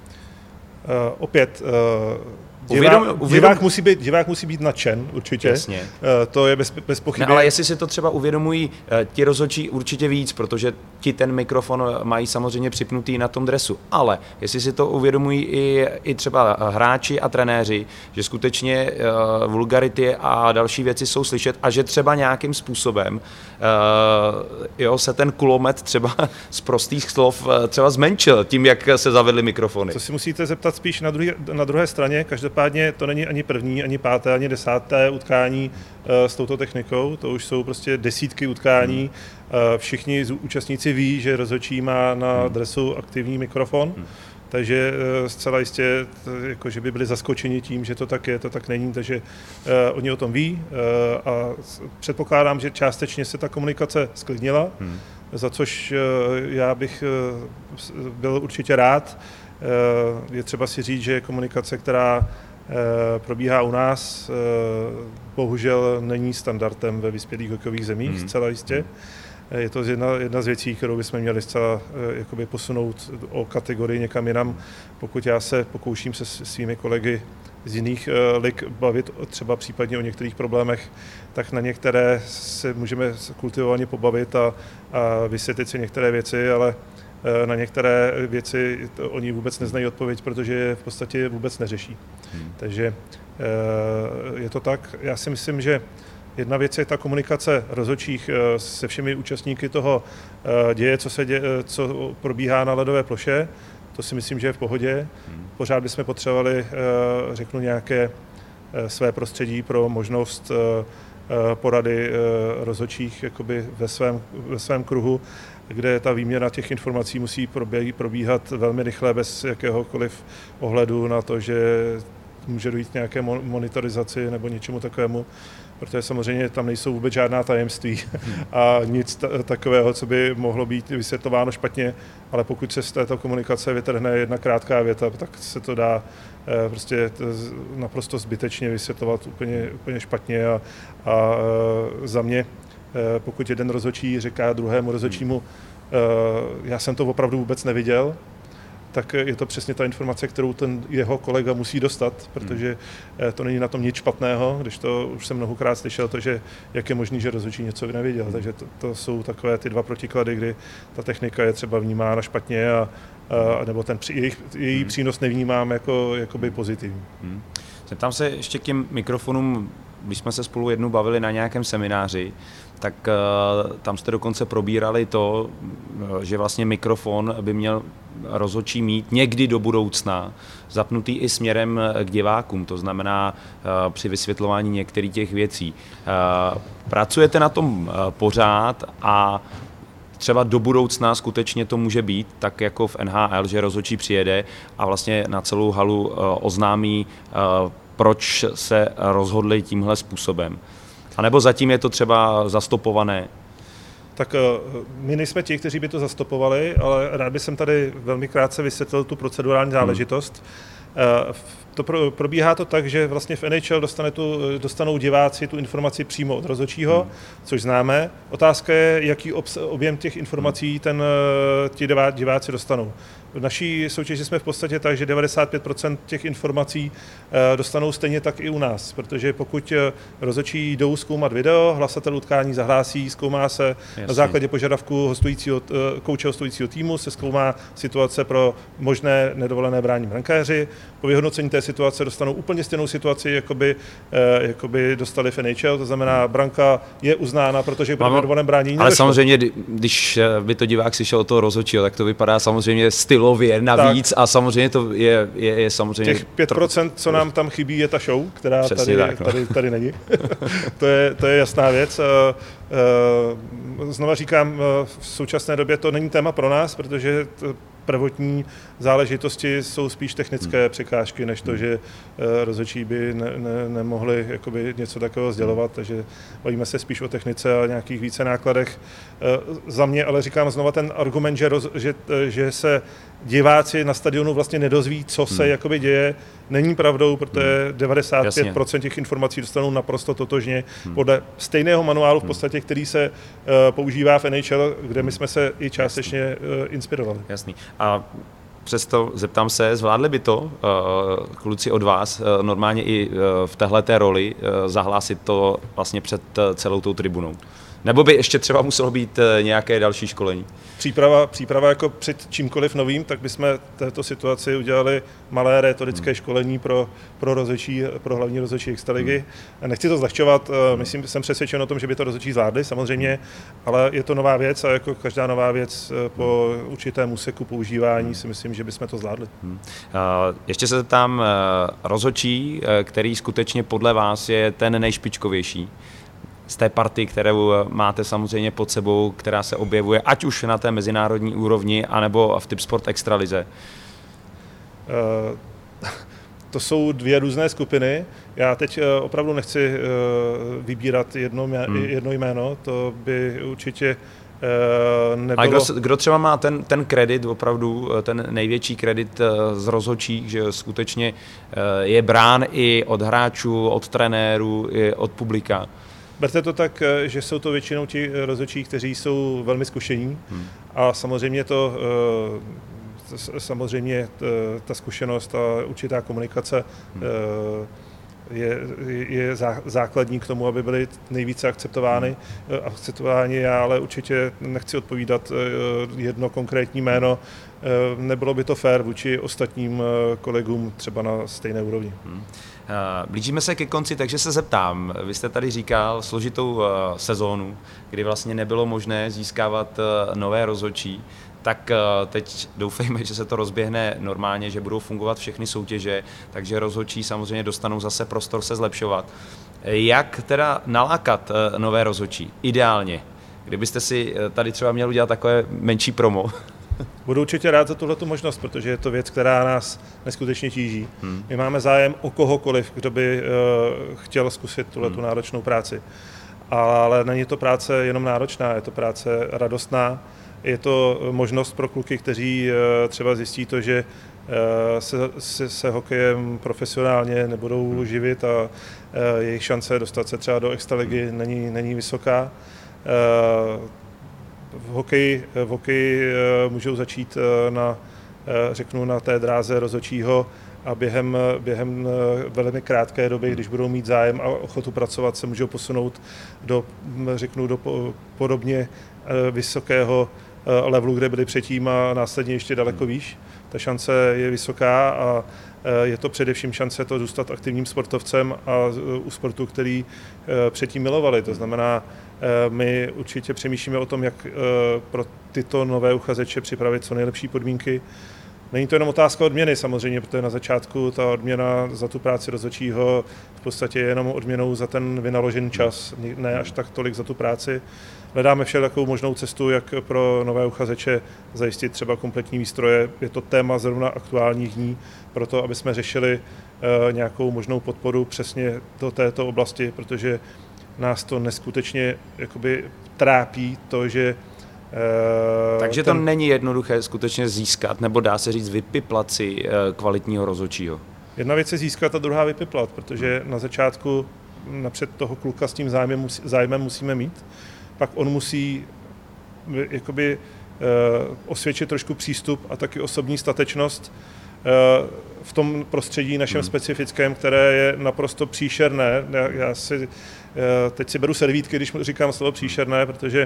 Uh, opět... Uh... Divák, uvědom, uvědom... divák, musí být, divák musí být nadšen, určitě. Jasně. Uh, to je bez, bez pochyby. Ne, ale jestli si to třeba uvědomují uh, ti rozhodčí určitě víc, protože ti ten mikrofon mají samozřejmě připnutý na tom dresu. Ale jestli si to uvědomují i, i třeba hráči a trenéři, že skutečně uh, vulgarity a další věci jsou slyšet a že třeba nějakým způsobem uh, jo, se ten kulomet třeba z prostých slov uh, třeba zmenšil tím, jak se zavedly mikrofony. To si musíte zeptat spíš na, druhý, na druhé straně. Každopádně to není ani první, ani páté, ani desáté utkání uh, s touto technikou. To už jsou prostě desítky utkání. Hmm. Uh, všichni účastníci ví, že rozhodčí má na hmm. dresu aktivní mikrofon. Hmm. Takže uh, zcela jistě, t- jako, že by byli zaskočeni tím, že to tak je, to tak není. Takže uh, oni o tom ví uh, a předpokládám, že částečně se ta komunikace sklidnila, hmm. za což uh, já bych uh, byl určitě rád. Je třeba si říct, že komunikace, která probíhá u nás, bohužel není standardem ve vyspělých hokejových zemích, hmm. zcela jistě. Je to jedna, jedna z věcí, kterou bychom měli zcela jakoby posunout o kategorii někam jinam. Pokud já se pokouším se svými kolegy z jiných lig bavit třeba případně o některých problémech, tak na některé se můžeme kultivovaně pobavit a, a vysvětlit si některé věci, ale na některé věci to oni vůbec neznají odpověď, protože je v podstatě vůbec neřeší. Hmm. Takže je to tak. Já si myslím, že jedna věc je ta komunikace rozhodčích se všemi účastníky toho děje, co se děje, co probíhá na ledové ploše. To si myslím, že je v pohodě. Hmm. Pořád bychom potřebovali, řeknu, nějaké své prostředí pro možnost porady rozhodčích jakoby ve svém, ve svém kruhu, kde ta výměna těch informací musí probíhat velmi rychle, bez jakéhokoliv ohledu na to, že může dojít k nějaké monitorizaci nebo něčemu takovému, protože samozřejmě tam nejsou vůbec žádná tajemství a nic t- takového, co by mohlo být vysvětlováno špatně, ale pokud se z této komunikace vytrhne jedna krátká věta, tak se to dá eh, prostě to naprosto zbytečně vysvětlovat úplně, úplně špatně a, a e, za mě, e, pokud jeden rozhodčí říká druhému rozhodčímu, e, já jsem to opravdu vůbec neviděl, tak je to přesně ta informace, kterou ten jeho kolega musí dostat, protože to není na tom nic špatného, když to už jsem mnohokrát slyšel, to, že jak je možný, že rozhodčí něco nevěděl. Takže to, to jsou takové ty dva protiklady, kdy ta technika je třeba vnímána špatně a, a nebo ten její, její přínos nevnímám jako jakoby pozitivní. Hmm. Zeptám se ještě k těm mikrofonům, když jsme se spolu jednou bavili na nějakém semináři, tak uh, tam jste dokonce probírali to, že vlastně mikrofon by měl rozhodčí mít někdy do budoucna zapnutý i směrem k divákům, to znamená uh, při vysvětlování některých těch věcí. Uh, pracujete na tom uh, pořád a třeba do budoucna skutečně to může být, tak jako v N H L, že rozhodčí přijede a vlastně na celou halu uh, oznámí, uh, proč se rozhodli tímhle způsobem. A nebo zatím je to třeba zastopované? Tak my nejsme ti, kteří by to zastopovali, ale rád bych tady velmi krátce vysvětlil tu procedurální záležitost. Hmm. To pro, probíhá to tak, že vlastně v N H L dostane tu, dostanou diváci tu informaci přímo od rozhodčího, hmm. což známe. Otázka je, jaký obs, objem těch informací ten, ti diváci dostanou. V naší soutěži jsme v podstatě tak, že devadesát pět procent těch informací dostanou stejně tak i u nás, protože pokud rozhodčí jdou zkoumat video, hlasatel utkání zahlásí, zkoumá se Jasně. na základě požadavku hostujícího, kouče hostujícího týmu, se zkoumá situace pro možné nedovolené brání brankáři. Po vyhodnocení té té situace dostanou úplně stejnou situaci, jakoby, jakoby dostali v N H L, to znamená, branka je uznána, protože pro dovolen bránění ale samozřejmě, když by to divák slyšel od toho rozhodčího, tak to vypadá samozřejmě stylově navíc tak. A samozřejmě to je, je, je samozřejmě... Těch pět procent, co nám tam chybí, je ta show, která tady, tak, no. tady, tady není. to, je, to je jasná věc. Znova říkám, v současné době to není téma pro nás, protože prvotní záležitosti jsou spíš technické hmm. překážky, než to, že rozhodčí by ne, ne, nemohli jakoby něco takového sdělovat, takže bavíme se spíš o technice a nějakých více nákladech. Za mě ale říkám znova ten argument, že, roz, že, že se diváci na stadionu vlastně nedozví, co se hmm. jakoby děje, není pravdou, protože hmm. devadesát pět procent těch informací dostanou naprosto totožně hmm. podle stejného manuálu v podstatě, který se uh, používá v N H L, kde my jsme se i částečně uh, inspirovali. Jasný. A přesto zeptám se, zvládli by to uh, kluci od vás uh, normálně i uh, v téhleté roli uh, zahlásit to vlastně před uh, celou tou tribunou? Nebo by ještě třeba muselo být nějaké další školení? Příprava, příprava jako před čímkoliv novým, tak bychom této situaci udělali malé rétorické hmm. školení pro, pro rozhodčí, pro hlavní rozhodčí extraligy. Hmm. Nechci to zlehčovat, myslím, jsem přesvědčen o tom, že by to rozhodčí zvládli, samozřejmě, ale je to nová věc a jako každá nová věc po určitém úseku používání si myslím, že bychom to zvládli. Hmm. Ještě se zeptám, rozhodčí, který skutečně podle vás je ten nejšpičkovější z té party, kterou máte samozřejmě pod sebou, která se objevuje ať už na té mezinárodní úrovni, anebo v Tipsport extralize? Uh, to jsou dvě různé skupiny. Já teď uh, opravdu nechci uh, vybírat jedno, mě, hmm. jedno jméno, to by určitě uh, nebylo... A kdo, kdo třeba má ten, ten kredit, opravdu ten největší kredit z rozhodčích, že skutečně je brán i od hráčů, od trenérů, i od publika? Berte to tak, že jsou to většinou ti rozhodčí, kteří jsou velmi zkušení hmm. a samozřejmě to, samozřejmě ta zkušenost a určitá komunikace hmm. je, je základní k tomu, aby byly nejvíce akceptovány. Hmm. akceptovány. Já ale určitě nechci odpovídat jedno konkrétní jméno. Nebylo by to fér vůči ostatním kolegům třeba na stejné úrovni. Hmm. Blížíme se ke konci, takže se zeptám. Vy jste tady říkal složitou sezónu, kdy vlastně nebylo možné získávat nové rozhodčí, tak teď doufejme, že se to rozběhne normálně, že budou fungovat všechny soutěže, takže rozhodčí samozřejmě dostanou zase prostor se zlepšovat. Jak teda nalákat nové rozhodčí? Ideálně. Kdybyste si tady třeba měl udělat takové menší promo. Budu určitě rád za tuhletu možnost, protože je to věc, která nás neskutečně tíží. Hmm. My máme zájem o kohokoliv, kdo by uh, chtěl zkusit tuhletu hmm. náročnou práci. Ale není to práce jenom náročná, je to práce radostná. Je to možnost pro kluky, kteří uh, třeba zjistí to, že uh, se, se, se hokejem profesionálně nebudou hmm. živit a uh, jejich šance dostat se třeba do extraligy hmm. není, není vysoká. Uh, V hokeji, v hokeji můžou začít na, řeknu, na té dráze rozhodčího a během, během velmi krátké doby, když budou mít zájem a ochotu pracovat, se můžou posunout do, řeknu, do podobně vysokého levelu, kde byli předtím a následně ještě daleko výš. Ta šance je vysoká a je to především šance to zůstat aktivním sportovcem a u sportu, který předtím milovali. To znamená, my určitě přemýšlíme o tom, jak pro tyto nové uchazeče připravit co nejlepší podmínky. Není to jenom otázka odměny samozřejmě, protože na začátku ta odměna za tu práci rozhodčího v podstatě je jenom odměnou za ten vynaložený čas, ne až tak tolik za tu práci. Hledáme všelijakou možnou cestu, jak pro nové uchazeče zajistit třeba kompletní výstroje. Je to téma zrovna aktuálních dní, proto aby jsme řešili nějakou možnou podporu přesně do této oblasti, protože nás to neskutečně jakoby trápí to, že Takže ten... to není jednoduché skutečně získat, nebo dá se říct vypiplat si kvalitního rozhodčího? Jedna věc je získat a druhá vypiplat, protože na začátku napřed toho kluka s tím zájmem, zájmem musíme mít, pak on musí jakoby osvědčit trošku přístup a taky osobní statečnost v tom prostředí našem hmm. specifickém, které je naprosto příšerné. Já, já si, teď si beru servítky, když říkám slovo příšerné, protože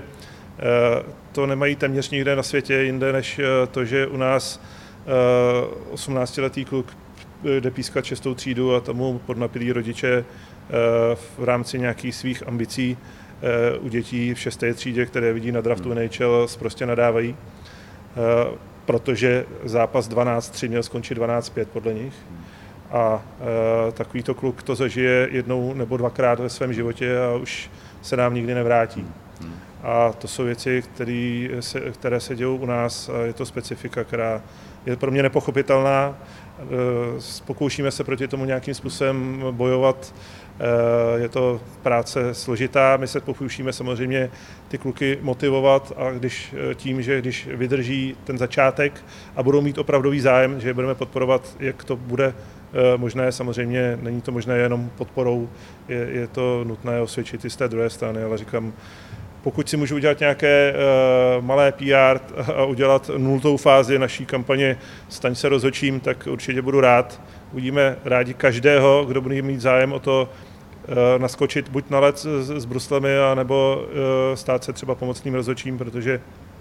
to nemají téměř nikde na světě jinde, než to, že u nás osmnáctiletý kluk jde pískat šestou třídu a tomu podnapilí rodiče v rámci nějakých svých ambicí u dětí v šesté třídě, které vidí na draftu N H L, prostě nadávají, protože zápas dvanáct tři měl skončit dvanáct pět podle nich. A takovýto kluk to zažije jednou nebo dvakrát ve svém životě a už se nám nikdy nevrátí. A to jsou věci, které se, které se dějou u nás a je to specifika, která je pro mě nepochopitelná. Pokoušíme se proti tomu nějakým způsobem bojovat. Je to práce složitá, my se pokoušíme samozřejmě ty kluky motivovat a když tím, že když vydrží ten začátek a budou mít opravdový zájem, že je budeme podporovat, jak to bude možné, samozřejmě není to možné jenom podporou, je, je to nutné osvědčit i z té druhé strany, ale říkám, pokud si můžu udělat nějaké uh, malé P R a udělat nultou fázi naší kampaně Staň se rozhodčím, tak určitě budu rád. Uvidíme rádi každého, kdo bude mít zájem o to uh, naskočit buď na led s, s bruslemi, anebo uh, stát se třeba pomocným rozhodčím, protože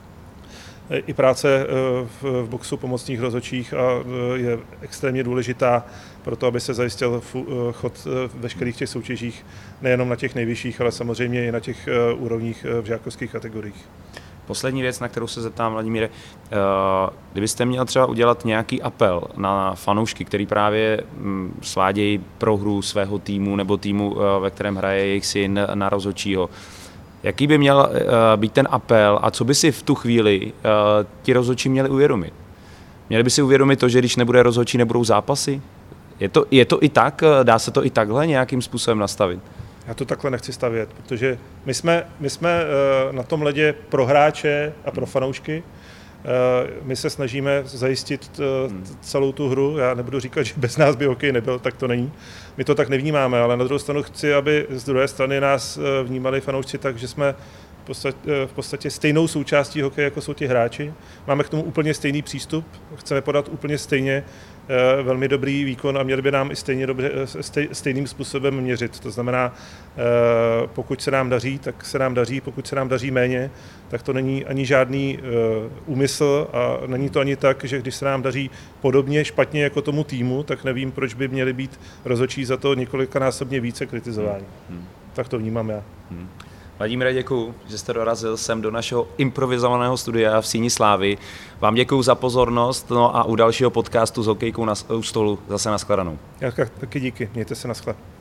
i práce v, v boxu pomocných rozhodčích a je extrémně důležitá pro to, aby se zajistil chod v veškerých těch soutěžích, nejenom na těch nejvyšších, ale samozřejmě i na těch úrovních v žákovských kategoriích. Poslední věc, na kterou se zeptám, Vladimíre, kdybyste měl třeba udělat nějaký apel na fanoušky, který právě svádějí prohru svého týmu nebo týmu, ve kterém hraje jejich syn, na rozhodčího, jaký by měl uh, být ten apel a co by si v tu chvíli uh, ti rozhodčí měli uvědomit? Měli by si uvědomit to, že když nebude rozhodčí, nebudou zápasy? Je to, je to i tak? Dá se to i takhle nějakým způsobem nastavit? Já to takhle nechci stavět, protože my jsme, my jsme uh, na tom ledě pro hráče a pro fanoušky. Uh, my se snažíme zajistit uh, celou tu hru. Já nebudu říkat, že bez nás by hokej nebyl, tak to není. My to tak nevnímáme, ale na druhou stranu chci, aby z druhé strany nás uh, vnímali fanoušci tak, že jsme v podstatě, v podstatě stejnou součástí hokeje, jako jsou ti hráči. Máme k tomu úplně stejný přístup, chceme podat úplně stejně velmi dobrý výkon a měli by nám i stejně dobře, stej, stejným způsobem měřit. To znamená, pokud se nám daří, tak se nám daří, pokud se nám daří méně, tak to není ani žádný úmysl a není to ani tak, že když se nám daří podobně špatně jako tomu týmu, tak nevím, proč by měli být rozhodčí za to několikanásobně více kritizováni. Hmm. Tak to vnímám já. Hmm. Vladimíre, děkuju, že jste dorazil sem do našeho improvizovaného studia v Síni slávy. Vám děkuju za pozornost, no a u dalšího podcastu s hokejkou na, u stolu zase nashledanou. Já taky díky, mějte se, naschle.